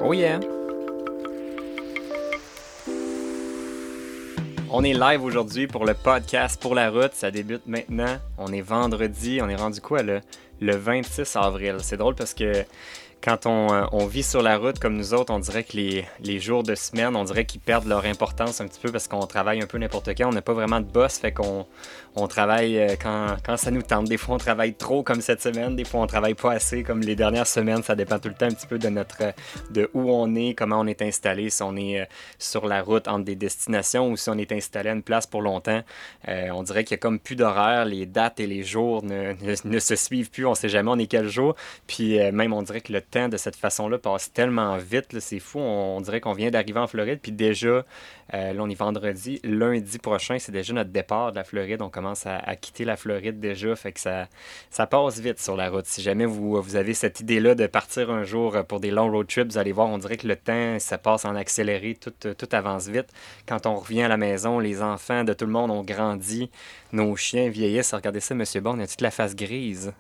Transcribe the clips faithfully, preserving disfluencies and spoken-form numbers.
Oh yeah! On est live aujourd'hui pour le podcast Pour la route. Ça débute maintenant. On est vendredi. On est rendu quoi, le, le vingt-six avril? C'est drôle parce que quand on, euh, on vit sur la route comme nous autres, on dirait que les, les jours de semaine, on dirait qu'ils perdent leur importance un petit peu parce qu'on travaille un peu n'importe quand. On n'a pas vraiment de boss, fait qu'on on travaille euh, quand, quand ça nous tente. Des fois, on travaille trop comme cette semaine. Des fois, on travaille pas assez comme les dernières semaines. Ça dépend tout le temps un petit peu de notre de où on est, comment on est installé, si on est euh, sur la route entre des destinations ou si on est installé à une place pour longtemps. Euh, on dirait qu'il y a comme plus d'horaire. Les dates et les jours ne, ne, ne se suivent plus. On sait jamais on est quel jour. Puis euh, même, on dirait que le temps de cette façon-là passe tellement vite. Là, c'est fou. On, on dirait qu'on vient d'arriver en Floride. Puis déjà, euh, là, on est vendredi. Lundi prochain, c'est déjà notre départ de la Floride. On commence à, à quitter la Floride déjà. Fait que ça, ça passe vite sur la route. Si jamais vous, vous avez cette idée-là de partir un jour pour des longs road trips, vous allez voir, on dirait que le temps, ça passe en accéléré. Tout, tout avance vite. Quand on revient à la maison, les enfants de tout le monde ont grandi. Nos chiens vieillissent. Regardez ça, M. Bond, il a toute la face grise.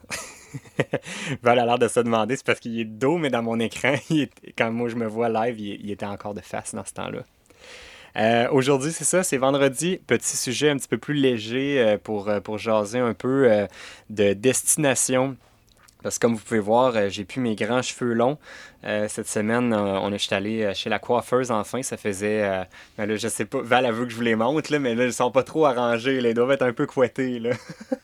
Val a l'air de se demander, c'est parce qu'il est dos, mais dans mon écran, il est, quand moi je me vois live, il, il était encore de face dans ce temps-là. Euh, aujourd'hui, c'est ça, c'est vendredi. Petit sujet un petit peu plus léger euh, pour, euh, pour jaser un peu euh, de destination. Parce que comme vous pouvez voir, euh, j'ai plus mes grands cheveux longs. Euh, cette semaine, euh, on est allé euh, chez la coiffeuse enfin. Ça faisait, euh, ben là, je sais pas, Val elle veut que je vous les montre, là, mais là, ils sont pas trop arrangés. Là, ils doivent être un peu couettés. Là.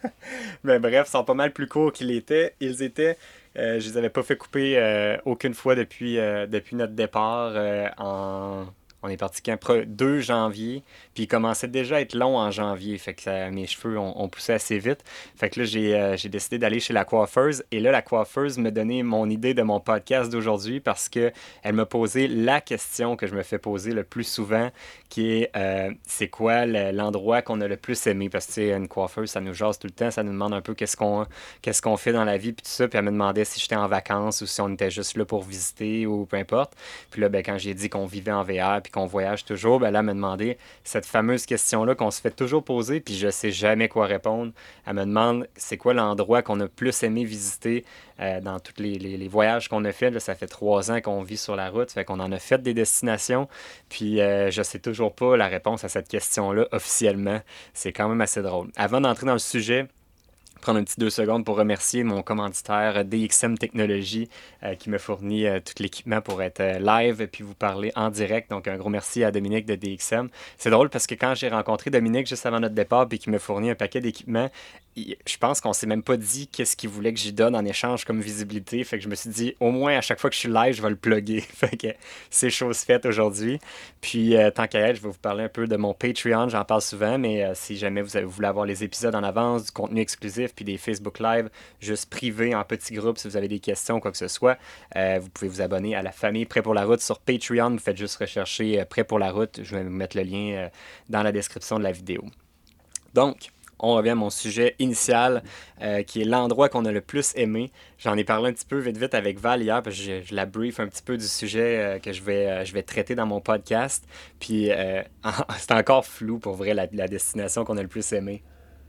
Mais bref, ils sont pas mal plus courts qu'ils étaient. Ils étaient. Euh, je les avais pas fait couper euh, aucune fois depuis, euh, depuis notre départ euh, en. On est parti quand? deux janvier, puis il commençait déjà à être long en janvier, fait que ça, mes cheveux ont, ont poussé assez vite. Fait que là, j'ai, euh, j'ai décidé d'aller chez la coiffeuse, et là, la coiffeuse me donnait mon idée de mon podcast d'aujourd'hui parce que elle m'a posé la question que je me fais poser le plus souvent, qui est euh, c'est quoi le, l'endroit qu'on a le plus aimé? Parce que, tu sais, une coiffeuse, ça nous jase tout le temps, ça nous demande un peu qu'est-ce qu'on, qu'est-ce qu'on fait dans la vie, puis tout ça, puis elle me demandait si j'étais en vacances ou si on était juste là pour visiter ou peu importe. Puis là, ben, quand j'ai dit qu'on vivait en V R puis qu'on voyage toujours, ben là, elle m'a demandé cette fameuse question-là qu'on se fait toujours poser, puis je sais jamais quoi répondre. Elle me demande c'est quoi l'endroit qu'on a plus aimé visiter euh, dans tous les, les, les voyages qu'on a fait. Là, ça fait trois ans qu'on vit sur la route, fait qu'on en a fait des destinations, puis euh, je sais toujours pas la réponse à cette question-là officiellement. C'est quand même assez drôle. Avant d'entrer dans le sujet, prendre un petit deux secondes pour remercier mon commanditaire D X M Technologies euh, qui me fournit euh, tout l'équipement pour être euh, live et puis vous parler en direct. Donc, un gros merci à Dominique de D X M. C'est drôle parce que quand j'ai rencontré Dominique juste avant notre départ puis qu'il me fournit un paquet d'équipements, il, je pense qu'on s'est même pas dit qu'est-ce qu'il voulait que j'y donne en échange comme visibilité. Fait que je me suis dit, au moins, à chaque fois que je suis live, je vais le plugger. Fait que c'est chose faite aujourd'hui. Puis, euh, tant qu'à être, je vais vous parler un peu de mon Patreon. J'en parle souvent, mais euh, si jamais vous, avez, vous voulez avoir les épisodes en avance, du contenu exclusif, puis des Facebook Live juste privés en petits groupes si vous avez des questions, quoi que ce soit. Euh, vous pouvez vous abonner à la famille Prêt pour la route sur Patreon. Vous faites juste rechercher euh, Prêt pour la route. Je vais vous mettre le lien euh, dans la description de la vidéo. Donc, on revient à mon sujet initial, euh, qui est l'endroit qu'on a le plus aimé. J'en ai parlé un petit peu vite vite avec Val hier, parce que je, je la brief un petit peu du sujet euh, que je vais, euh, je vais traiter dans mon podcast. Puis, euh, c'est encore flou pour vrai la, la destination qu'on a le plus aimé.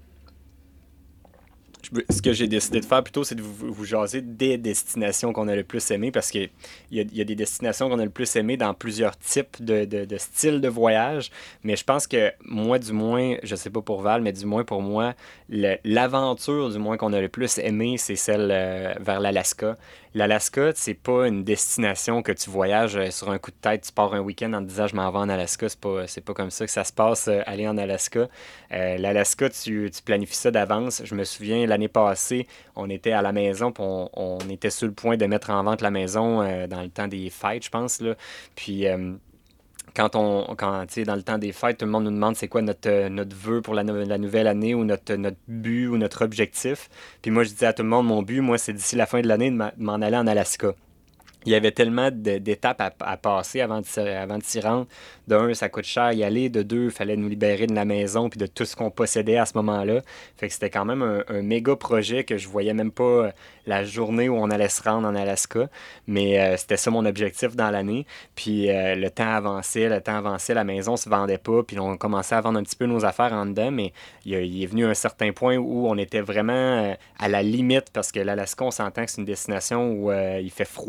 Ce que j'ai décidé de faire plutôt, c'est de vous, vous jaser des destinations qu'on a le plus aimées parce qu'il y, y a des destinations qu'on a le plus aimées dans plusieurs types de, de, de styles de voyage. Mais je pense que moi, du moins, je sais pas pour Val, mais du moins pour moi, le, l'aventure du moins qu'on a le plus aimée, c'est celle euh, vers l'Alaska. L'Alaska, c'est pas une destination que tu voyages sur un coup de tête, tu pars un week-end en te disant je m'en vais en Alaska. C'est pas, c'est pas comme ça que ça se passe, euh, aller en Alaska. Euh, L'Alaska, tu, tu planifies ça d'avance. Je me souviens, l'année passée, on était à la maison, puis on, on était sur le point de mettre en vente la maison euh, dans le temps des fêtes, je pense. Là. Puis euh, quand on, quand, tu sais, dans le temps des fêtes, tout le monde nous demande c'est quoi notre, notre vœu pour la, no- la nouvelle année ou notre, notre but ou notre objectif. Puis moi, je disais à tout le monde, mon but, moi, c'est d'ici la fin de l'année de m'a- de m'en aller en Alaska. Il y avait tellement de- d'étapes à, à passer avant de, s'y- avant de s'y rendre. De un, ça coûte cher y aller. De deux, il fallait nous libérer de la maison puis de tout ce qu'on possédait à ce moment-là. Fait que c'était quand même un, un méga projet que je voyais même pas euh, la journée où on allait se rendre en Alaska. Mais euh, c'était ça mon objectif dans l'année. Puis euh, le temps avançait, le temps avançait, la maison se vendait pas. Puis on commençait à vendre un petit peu nos affaires en dedans. Mais il, a- il est venu un certain point où on était vraiment euh, à la limite parce que l'Alaska, on s'entend que c'est une destination où euh, il fait froid euh,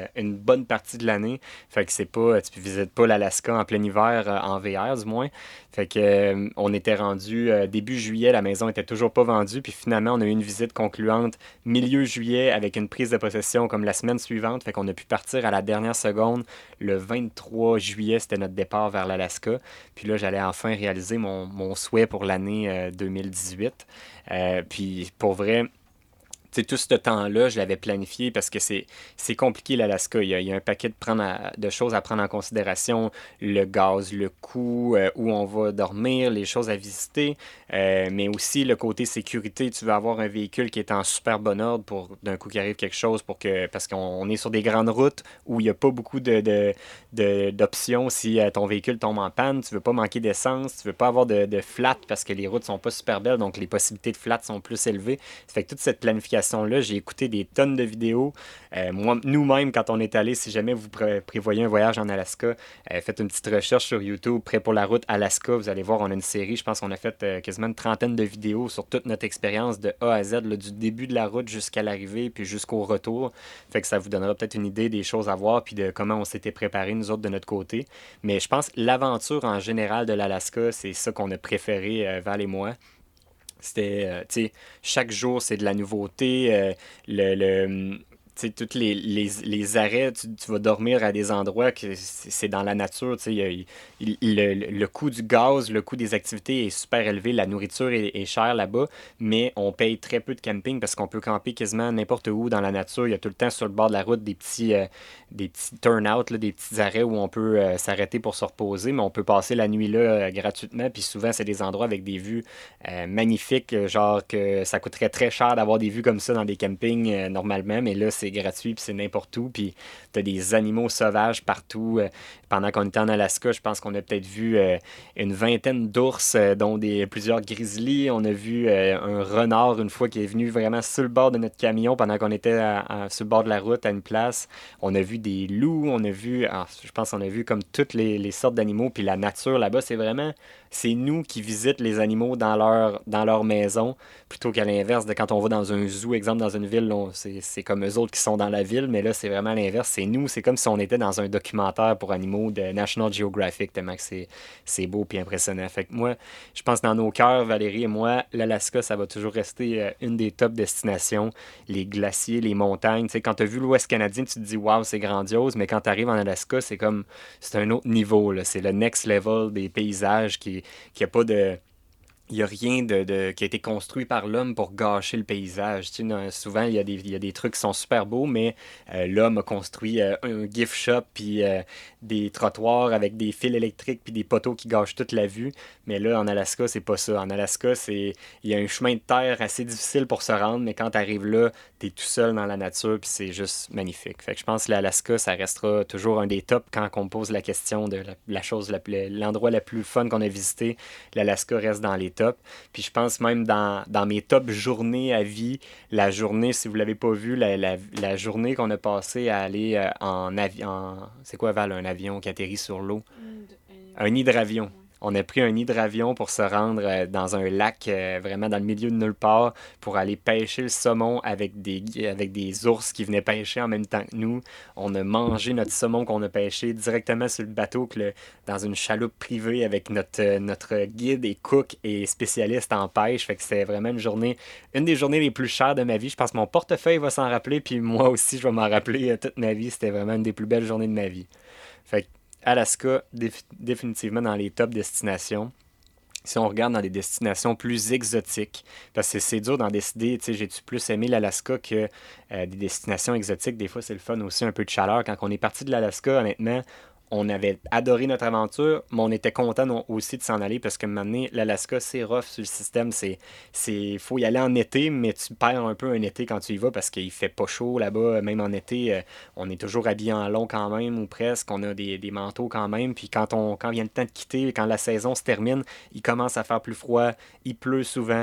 une bonne partie de l'année. Fait que c'est pas, tu visites pas l'Alaska en plein hiver, euh, en V R du moins. Fait que euh, on était rendu euh, début juillet, la maison était toujours pas vendue, puis finalement on a eu une visite concluante milieu juillet avec une prise de possession comme la semaine suivante. Fait qu'on a pu partir à la dernière seconde. Le vingt-trois juillet, c'était notre départ vers l'Alaska. Puis là, j'allais enfin réaliser mon, mon souhait pour l'année euh, deux mille dix-huit. Euh, puis pour vrai, tu sais, tout ce temps-là, je l'avais planifié parce que c'est, c'est compliqué l'Alaska. Il y a, il y a un paquet de, prendre à- de choses à prendre en considération. Le gaz, le coût, euh, où on va dormir, les choses à visiter, euh, mais aussi le côté sécurité. Tu veux avoir un véhicule qui est en super bon ordre pour d'un coup qu'il arrive quelque chose pour que parce qu'on on est sur des grandes routes où il n'y a pas beaucoup de, de- de- d'options si euh, ton véhicule tombe en panne. Tu veux pas manquer d'essence, tu veux pas avoir de, de flat parce que les routes sont pas super belles, donc les possibilités de flat sont plus élevées. Ça fait que toute cette planification-là, j'ai écouté des tonnes de vidéos. Euh, moi, nous-mêmes, quand on est allé, si jamais vous pré- prévoyez un voyage en Alaska, euh, faites une petite recherche sur YouTube, Prêt pour la route Alaska. Vous allez voir, on a une série, je pense qu'on a fait euh, quasiment une trentaine de vidéos sur toute notre expérience de A à Z, là, du début de la route jusqu'à l'arrivée, puis jusqu'au retour. Fait que ça vous donnera peut-être une idée des choses à voir, puis de comment on s'était préparé, nous autres, de notre côté. Mais je pense que l'aventure en général de l'Alaska, c'est ça qu'on a préféré, euh, Val et moi. C'était, euh, tu sais, chaque jour, c'est de la nouveauté. Euh, le, le, tu sais, tous les, les, les arrêts, tu, tu vas dormir à des endroits que c'est c'est dans la nature. Tu sais, il y a- il- il- le, le coût du gaz, le coût des activités est super élevé. La nourriture est, est chère là-bas, mais on paye très peu de camping parce qu'on peut camper quasiment n'importe où dans la nature. Il y a tout le temps sur le bord de la route des petits, euh, des petits turn-out, là, des petits arrêts où on peut euh, s'arrêter pour se reposer, mais on peut passer la nuit là euh, gratuitement. Puis souvent, c'est des endroits avec des vues euh, magnifique, euh, genre que ça coûterait très cher d'avoir des vues comme ça dans des campings euh, normalement, mais là c'est gratuit puis c'est n'importe où, puis t'as des animaux sauvages partout. Euh, pendant qu'on était en Alaska, je pense qu'on a peut-être vu euh, une vingtaine d'ours, euh, dont des, plusieurs grizzlies. On a vu euh, un renard une fois qui est venu vraiment sur le bord de notre camion pendant qu'on était à- à- sur le bord de la route à une place. On a vu des loups, on a vu, ah, je pense qu'on a vu comme toutes les, les sortes d'animaux, puis la nature là-bas, c'est vraiment c'est nous qui visitent les animaux dans leur, dans leur maison, plutôt qu'à l'inverse de quand on va dans un zoo, exemple dans une ville, on- c'est, c'est comme eux autres qui sont dans la ville, mais là c'est vraiment l'inverse, c'est nous, c'est comme si on était dans un documentaire pour animaux de National Geographic, tellement que c'est, c'est beau et impressionnant. Fait que moi, je pense dans nos cœurs, Valérie et moi, l'Alaska, ça va toujours rester euh, une des top destinations. Les glaciers, les montagnes, tu sais, quand tu as vu l'Ouest canadien, tu te dis waouh, c'est grandiose, mais quand tu arrives en Alaska, c'est comme, c'est un autre niveau, là. C'est le next level des paysages qui qu'il n'y a pas de. Il n'y a rien de, de- qui a été construit par l'homme pour gâcher le paysage. Tu sais, non, souvent, il y, a des, il y a des trucs qui sont super beaux, mais euh, l'homme a construit euh, un gift shop, puis euh, des trottoirs avec des fils électriques, puis des poteaux qui gâchent toute la vue. Mais là, en Alaska, c'est pas ça. En Alaska, c'est, il y a un chemin de terre assez difficile pour se rendre, mais quand tu arrives là, tu es tout seul dans la nature, puis c'est juste magnifique. Fait que je pense que l'Alaska, ça restera toujours un des tops quand on pose la question de la, la chose, la plus- l'endroit le plus fun qu'on a visité. L'Alaska reste dans les tops. Puis je pense même dans, dans mes top journées à vie, la journée, si vous l'avez pas vu, la, la, la journée qu'on a passée à aller euh, en avion. C'est quoi, Val, un avion qui atterrit sur l'eau? Une de- un- Un hydravion. ouais. On a pris un hydravion pour se rendre euh, dans un lac euh, vraiment dans le milieu de nulle part pour aller pêcher le saumon avec des, avec des ours qui venaient pêcher en même temps que nous. On a mangé notre saumon qu'on a pêché directement sur le bateau que le- dans une chaloupe privée avec notre, euh, notre guide et cook et spécialiste en pêche. Fait que c'était vraiment une journée, une des journées les plus chères de ma vie. Je pense que mon portefeuille va s'en rappeler, puis moi aussi je vais m'en rappeler euh, toute ma vie. C'était vraiment une des plus belles journées de ma vie. Fait que Alaska, défi- définitivement dans les top destinations. Si on regarde dans des destinations plus exotiques, parce que c'est dur d'en décider, tu sais, j'ai-tu plus aimé l'Alaska que euh, des destinations exotiques. Des fois, c'est le fun aussi, un peu de chaleur. Quand on est parti de l'Alaska, honnêtement, on avait adoré notre aventure, mais on était content non- aussi de s'en aller parce que maintenant, l'Alaska, c'est rough sur le système. C'est, c'est, faut y aller en été, mais tu perds un peu un été quand tu y vas parce qu'il fait pas chaud là-bas. Même en été, euh, on est toujours habillé en long quand même, ou presque. On a des, des manteaux quand même. Puis quand, on, quand vient le temps de quitter, quand la saison se termine, il commence à faire plus froid. Il pleut souvent.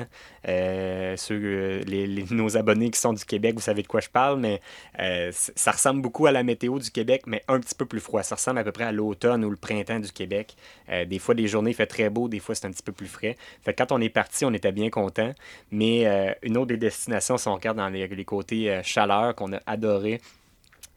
Euh, ceux, euh, les, les- nos abonnés qui sont du Québec, vous savez de quoi je parle, mais euh, c- ça ressemble beaucoup à la météo du Québec, mais un petit peu plus froid. Ça ressemble à peu près à l'automne ou le printemps du Québec. Euh, des fois, des journées, il fait très beau, des fois, c'est un petit peu plus frais. Fait que quand on est parti, on était bien content. Mais euh, une autre des destinations, si on regarde dans les, les côtés euh, chaleur qu'on a adoré,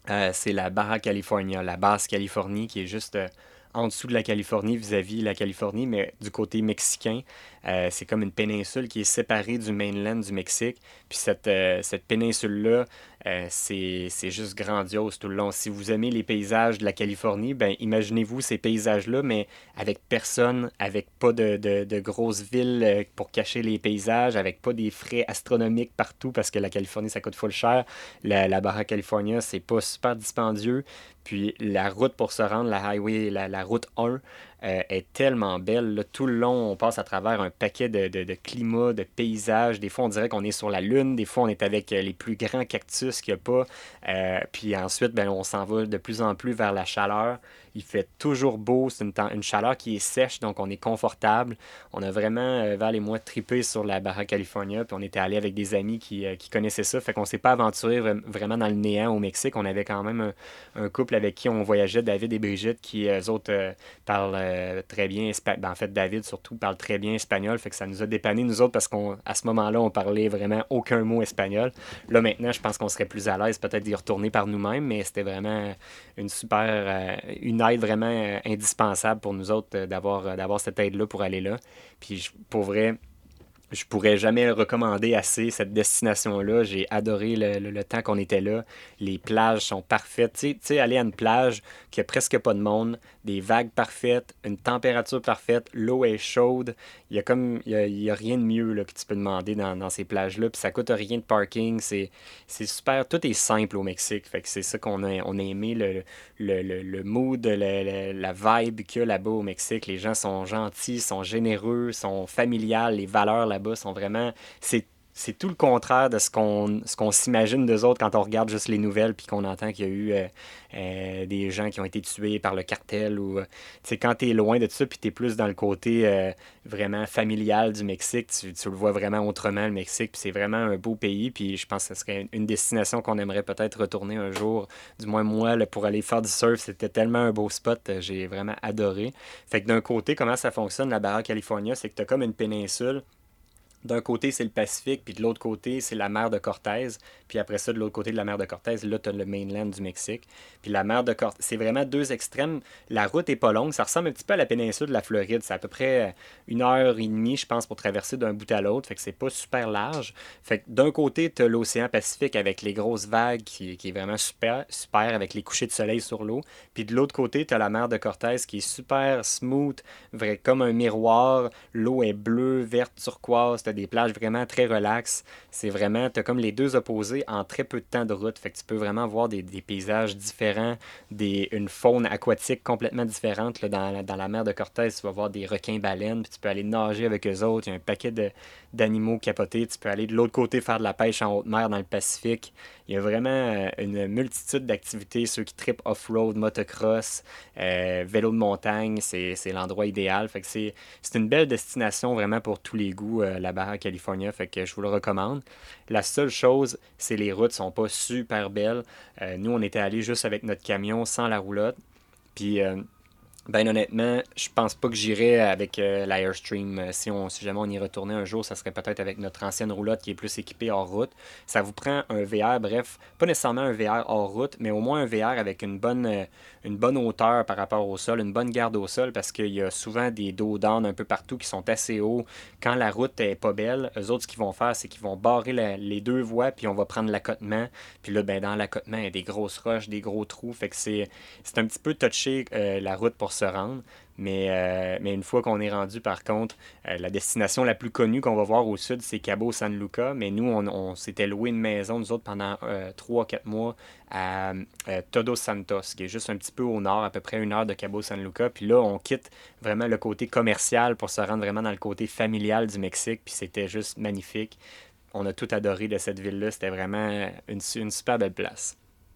Euh, c'est la Baja California, la basse Californie, qui est juste euh, en dessous de la Californie vis-à-vis la Californie, mais du côté mexicain. Euh, c'est comme une péninsule qui est séparée du mainland du Mexique. Puis cette, euh, cette péninsule-là, euh, c'est, c'est juste grandiose tout le long. Si vous aimez les paysages de la Californie, ben imaginez-vous ces paysages-là, mais avec personne, avec pas de, de, de grosses villes euh, pour cacher les paysages, avec pas des frais astronomiques partout, parce que la Californie, ça coûte full cher. La, la Baja California, c'est pas super dispendieux. Puis la route pour se rendre, la highway, la, la route un, euh, est tellement belle. Là. Tout le long, on passe à travers un paquet de, de, de climats, de paysages. Des fois, on dirait qu'on est sur la Lune. Des fois, on est avec euh, les plus grands cactus qu'il n'y a pas. Euh, puis ensuite, ben, on s'en va de plus en plus vers la chaleur. Il fait toujours beau. C'est une, temps- une chaleur qui est sèche, donc on est confortable. On a vraiment, euh, vers les mois, trippé sur la Baja California. Puis on était allé avec des amis qui, euh, qui connaissaient ça. Fait qu'on s'est pas aventuré vra- vraiment dans le néant au Mexique. On avait quand même un, un couple avec qui on voyageait, David et Brigitte, qui, eux autres, euh, parlent euh, très bien espagnol. Ben, en fait, David, surtout, parle très bien espagnol. Fait que ça nous a dépanné, nous autres, parce qu'à ce moment-là, on parlait vraiment aucun mot espagnol. Là, maintenant, je pense qu'on serait plus à l'aise peut-être d'y retourner par nous-mêmes, mais c'était vraiment une super, euh, une aide vraiment euh, indispensable pour nous autres euh, d'avoir, euh, d'avoir cette aide-là pour aller là. Puis, je- pour vrai, je pourrais jamais le recommander assez, cette destination-là. J'ai adoré le, le- le temps qu'on était là. Les plages sont parfaites. Tu sais, tu sais, aller à une plage qui a presque pas de monde, des vagues parfaites, une température parfaite, l'eau est chaude. Il y a comme, il y a, il y a rien de mieux là, que tu peux demander dans, dans ces plages-là. Puis ça coûte rien de parking. C'est, c'est super. Tout est simple au Mexique. Fait que c'est ça qu'on a, on a aimé, le, le, le, le mood, le- le- la vibe qu'il y a là-bas au Mexique. Les gens sont gentils, sont généreux, sont familiales. Les valeurs là-bas sont vraiment. C'est, c'est tout le contraire de ce qu'on, ce qu'on s'imagine d'eux autres quand on regarde juste les nouvelles puis qu'on entend qu'il y a eu euh, euh, des gens qui ont été tués par le cartel ou. euh, Tu sais, quand t'es loin de ça puis t'es plus dans le côté euh, vraiment familial du Mexique, tu, tu le vois vraiment autrement, le Mexique. Puis c'est vraiment un beau pays. Puis je pense que ce serait une destination qu'on aimerait peut-être retourner un jour. Du moins, moi, là, pour aller faire du surf, c'était tellement un beau spot. euh, J'ai vraiment adoré. Fait que d'un côté, comment ça fonctionne, la Baja California, c'est que tu as comme une péninsule. D'un côté, c'est le Pacifique, puis de l'autre côté, c'est la mer de Cortez. Puis après ça, de l'autre côté de la mer de Cortez, là, tu as le mainland du Mexique. Puis la mer de Cortez, c'est vraiment deux extrêmes. La route est pas longue. Ça ressemble un petit peu à la péninsule de la Floride. C'est à peu près une heure et demie, je pense, pour traverser d'un bout à l'autre. Fait que c'est pas super large. Fait que d'un côté, tu as l'océan Pacifique avec les grosses vagues qui, qui est vraiment super, super avec les couchers de soleil sur l'eau. Puis de l'autre côté, tu as la mer de Cortez qui est super smooth, vrai, comme un miroir. L'eau est bleue, verte, turquoise. T'as des plages vraiment très relaxes. C'est vraiment, t'as comme les deux opposés en très peu de temps de route. Fait que tu peux vraiment voir des, des paysages différents, des, une faune aquatique complètement différente. Là, dans, la- dans la mer de Cortez, tu vas voir des requins-baleines, puis tu peux aller nager avec eux autres. Il y a un paquet de, d'animaux capotés. Tu peux aller de l'autre côté faire de la pêche en haute mer dans le Pacifique. Il y a vraiment euh, une multitude d'activités. Ceux qui trippent off-road, motocross, euh, vélo de montagne, c'est, c'est l'endroit idéal. Fait que c'est, c'est une belle destination vraiment pour tous les goûts, euh, la Baja California. Fait que je vous le recommande. La seule chose, c'est les routes sont pas super belles. Euh, nous, on était allés juste avec notre camion sans la roulotte. Puis euh, ben honnêtement, je pense pas que j'irais avec euh, l'Airstream. Euh, Si, on, si jamais on y retournait un jour, ça serait peut-être avec notre ancienne roulotte qui est plus équipée hors route. Ça vous prend un V R, bref, pas nécessairement un V R hors route, mais au moins un V R avec une bonne, euh, une bonne hauteur par rapport au sol, une bonne garde au sol, parce qu'il y a souvent des dos down un peu partout qui sont assez hauts. Quand la route est pas belle, eux autres, ce qu'ils vont faire, c'est qu'ils vont barrer la- les deux voies, puis on va prendre l'accotement. Puis là, ben, dans l'accotement, il y a des grosses roches, des gros trous. Fait que c'est, c'est un petit peu touché euh, la route pour se rendre. Mais, euh, mais une fois qu'on est rendu, par contre, euh, la destination la plus connue qu'on va voir au sud, c'est Cabo San Lucas. Mais nous, on, on s'était loué une maison, nous autres, pendant euh, trois quatre mois à euh, Todos Santos, qui est juste un petit peu au nord, à peu près une heure de Cabo San Lucas. Puis là, on quitte vraiment le côté commercial pour se rendre vraiment dans le côté familial du Mexique. Puis c'était juste magnifique. On a tout adoré de cette ville-là. C'était vraiment une, une super belle place.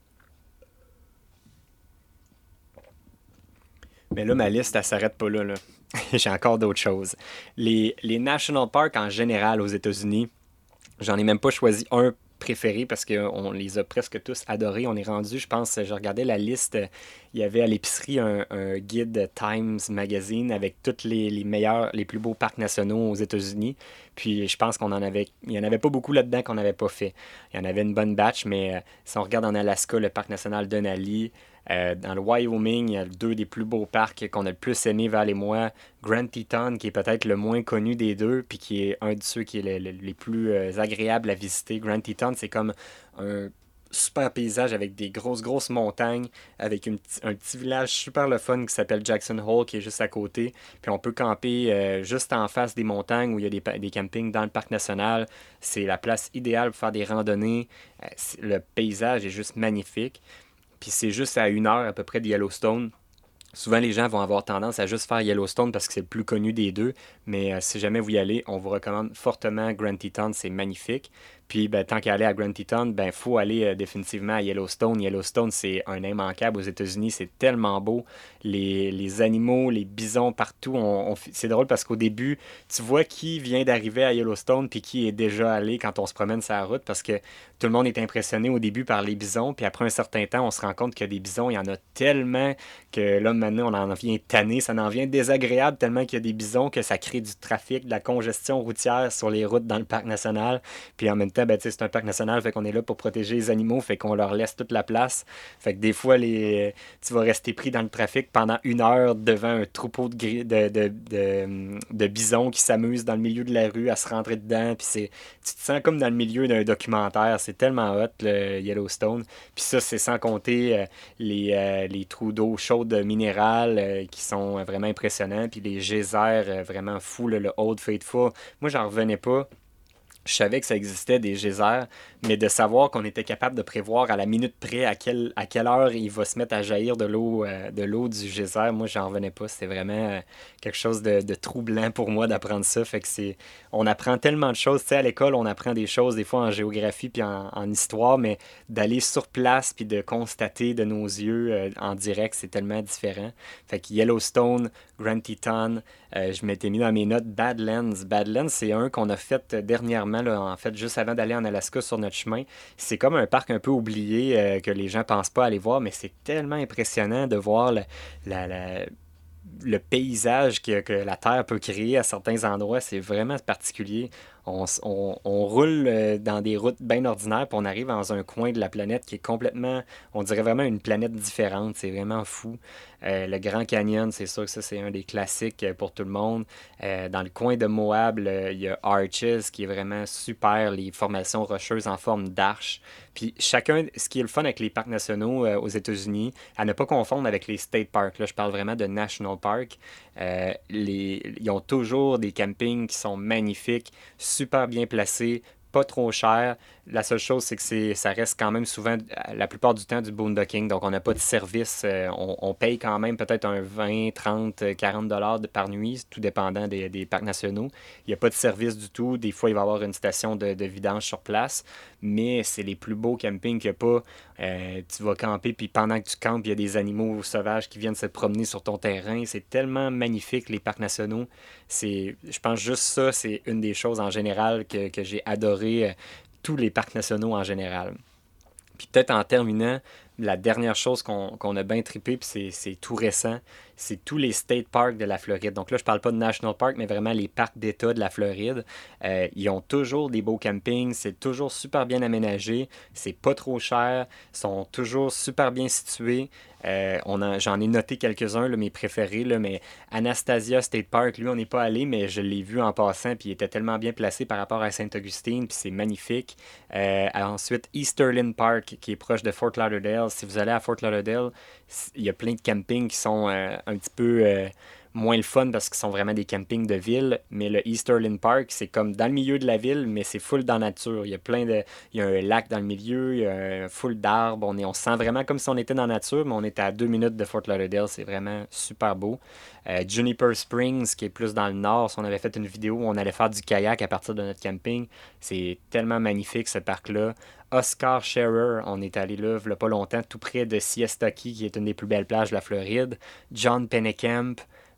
Mais là, ma liste, elle s'arrête pas là, là. J'ai encore d'autres choses. Les, les national parks en général aux États-Unis, j'en ai même pas choisi un préférés parce qu'on les a presque tous adorés. On est rendu, je pense, je regardais la liste, il y avait à l'épicerie un, un guide Times Magazine avec tous les, les meilleurs, les plus beaux parcs nationaux aux États-Unis. Puis je pense qu'on en avait, il n'y en avait pas beaucoup là-dedans qu'on n'avait pas fait. Il y en avait une bonne batch, mais euh, si on regarde en Alaska, le parc national Denali, euh, dans le Wyoming, il y a deux des plus beaux parcs qu'on a le plus aimé, Val et moi. Grand Teton, qui est peut-être le moins connu des deux, puis qui est un de ceux qui est le- le- les plus euh, agréables à visiter. Grand Teton, c'est comme un super paysage avec des grosses, grosses montagnes, avec une p'ti- un petit village super le fun qui s'appelle Jackson Hole, qui est juste à côté. Puis on peut camper euh, juste en face des montagnes où il y a des, pa- des campings dans le parc national. C'est la place idéale pour faire des randonnées. Euh, c'est- le paysage est juste magnifique. Puis c'est juste à une heure à peu près de Yellowstone. Souvent, les gens vont avoir tendance à juste faire Yellowstone parce que c'est le plus connu des deux, mais euh, si jamais vous y allez, on vous recommande fortement Grand Teton, c'est magnifique. Puis, ben, tant qu'à aller à Grand Teton, ben, faut aller euh, définitivement à Yellowstone. Yellowstone, c'est un immanquable aux États-Unis, c'est tellement beau. Les, les animaux, les bisons partout, on- on c'est drôle parce qu'au début, tu vois qui vient d'arriver à Yellowstone puis qui est déjà allé quand on se promène sur la route parce que tout le monde est impressionné au début par les bisons, puis après un certain temps, on se rend compte que des bisons, il y en a tellement que là, maintenant, on en vient tanné, ça en vient désagréable tellement qu'il y a des bisons que ça crée du trafic, de la congestion routière sur les routes dans le parc national. Puis en même temps, ben, tu sais, c'est un parc national, fait qu'on est là pour protéger les animaux, fait qu'on leur laisse toute la place. Fait que des fois, les... tu vas rester pris dans le trafic pendant une heure devant un troupeau de, gri- de, de, de, de bisons qui s'amusent dans le milieu de la rue à se rentrer dedans. Puis c'est... tu te sens comme dans le milieu d'un documentaire. C'est tellement hot, le Yellowstone. Puis ça, c'est sans compter euh, les, euh, les trous d'eau chaude minérale euh, qui sont euh, vraiment impressionnants. Puis les geysers euh, vraiment fous, là, le Old Faithful. Moi, j'en revenais pas. Je savais que ça existait des geysers, mais de savoir qu'on était capable de prévoir à la minute près à quelle, à quelle heure il va se mettre à jaillir de l'eau euh, de l'eau du geyser, moi j'en revenais pas. C'était vraiment euh, quelque chose de, de troublant pour moi d'apprendre ça. Fait que c'est. On apprend tellement de choses. Tu sais, à l'école, on apprend des choses des fois en géographie puis en, en histoire, mais d'aller sur place puis de constater de nos yeux euh, en direct, c'est tellement différent. Fait que Yellowstone, Grand Teton, euh, je m'étais mis dans mes notes Badlands. Badlands, c'est un qu'on a fait dernièrement, là, en fait, juste avant d'aller en Alaska sur notre chemin. C'est comme un parc un peu oublié euh, que les gens pensent pas aller voir, mais c'est tellement impressionnant de voir la, la, la- le paysage que, que la Terre peut créer à certains endroits. C'est vraiment particulier. On, s- on- on roule euh, dans des routes bien ordinaires, puis on arrive dans un coin de la planète qui est complètement, on dirait vraiment une planète différente. C'est vraiment fou. Euh, le Grand Canyon, c'est sûr que ça, c'est un des classiques euh, pour tout le monde. Euh, dans le coin de Moab, le- il y a Arches, qui est vraiment super, les formations rocheuses en forme d'arche. Puis chacun, ce qui est le fun avec les parcs nationaux euh, aux États-Unis, à ne pas confondre avec les state parks, là, je parle vraiment de national park, euh, les, ils ont toujours des campings qui sont magnifiques, super bien placés, pas trop cher. La seule chose, c'est que c'est, ça reste quand même souvent, la plupart du temps, du boondocking. Donc, on n'a pas de service. euh, on, on paye quand même peut-être un vingt, trente, quarante dollars de- par nuit, tout dépendant des, des parcs nationaux. Il n'y a pas de service du tout. Des fois, il va y avoir une station de, de vidange sur place, mais c'est les plus beaux campings qu'il n'y a pas. Euh, tu vas camper, puis pendant que tu campes, il y a des animaux sauvages qui viennent se promener sur ton terrain. C'est tellement magnifique, les parcs nationaux. C'est, je pense juste ça, c'est une des choses en général que, que j'ai adoré, euh, tous les parcs nationaux en général. Puis peut-être en terminant, la dernière chose qu'on qu'on a bien trippé, puis c'est c'est tout récent, c'est tous les state parks de la Floride. Donc là, je parle pas de National Park, mais vraiment les parcs d'État de la Floride. Euh, ils ont toujours des beaux campings, c'est toujours super bien aménagé, c'est pas trop cher, sont toujours super bien situés. Euh, on a- j'en ai noté quelques-uns, là, mes préférés, là, mais Anastasia State Park, lui, on n'est pas allé, mais je l'ai vu en passant, puis il était tellement bien placé par rapport à Saint-Augustine, puis c'est magnifique. Euh, ensuite, Easterlin Park, qui est proche de Fort Lauderdale. Si vous allez à Fort Lauderdale, il y a plein de campings qui sont euh, un petit peu euh, moins le fun parce qu'ils sont vraiment des campings de ville. Mais le Easterlin Park, c'est comme dans le milieu de la ville, mais c'est full dans la nature. Il y a plein de, il y a un lac dans le milieu, il y a un full d'arbres. On est, on se sent vraiment comme si on était dans la nature, mais on est à deux minutes de Fort Lauderdale. C'est vraiment super beau. Euh, Juniper Springs, qui est plus dans le nord, si on avait fait une vidéo où on allait faire du kayak à partir de notre camping. C'est tellement magnifique ce parc-là. Oscar Scherer, on est allé là, il n'y a pas longtemps, tout près de Siesta Key, qui est une des plus belles plages de la Floride. John Pennekamp,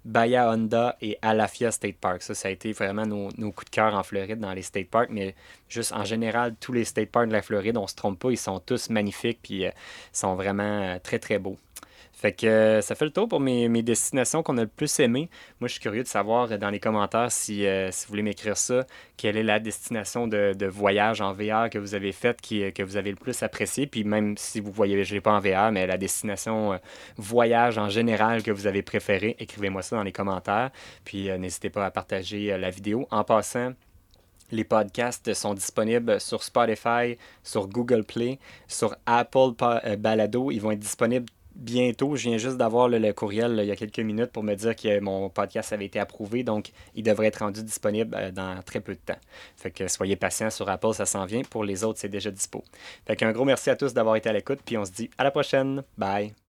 Bahia Honda et Alafia State Park. Ça, ça a été vraiment nos, nos coups de cœur en Floride dans les state parks, mais juste en général, tous les state parks de la Floride, on se trompe pas, ils sont tous magnifiques, puis euh, sont vraiment euh, très très beaux. Fait que euh, ça fait le tour pour mes, mes destinations qu'on a le plus aimées. Moi, je suis curieux de savoir euh, dans les commentaires si, euh, si vous voulez m'écrire ça, quelle est la destination de, de voyage en V R que vous avez faite, qui, euh, que vous avez le plus apprécié. Puis même si vous voyagez pas en V R, mais la destination euh, voyage en général que vous avez préférée, écrivez-moi ça dans les commentaires. Puis euh, n'hésitez pas à partager euh, la vidéo. En passant, les podcasts sont disponibles sur Spotify, sur Google Play, sur Apple euh, Balado. Ils vont être disponibles bientôt. Je viens juste d'avoir le, le courriel là, il y a quelques minutes pour me dire que mon podcast avait été approuvé, donc il devrait être rendu disponible euh, dans très peu de temps. Fait que soyez patients sur Apple, ça s'en vient. Pour les autres, c'est déjà dispo. Fait qu'un gros merci à tous d'avoir été à l'écoute, puis on se dit à la prochaine. Bye!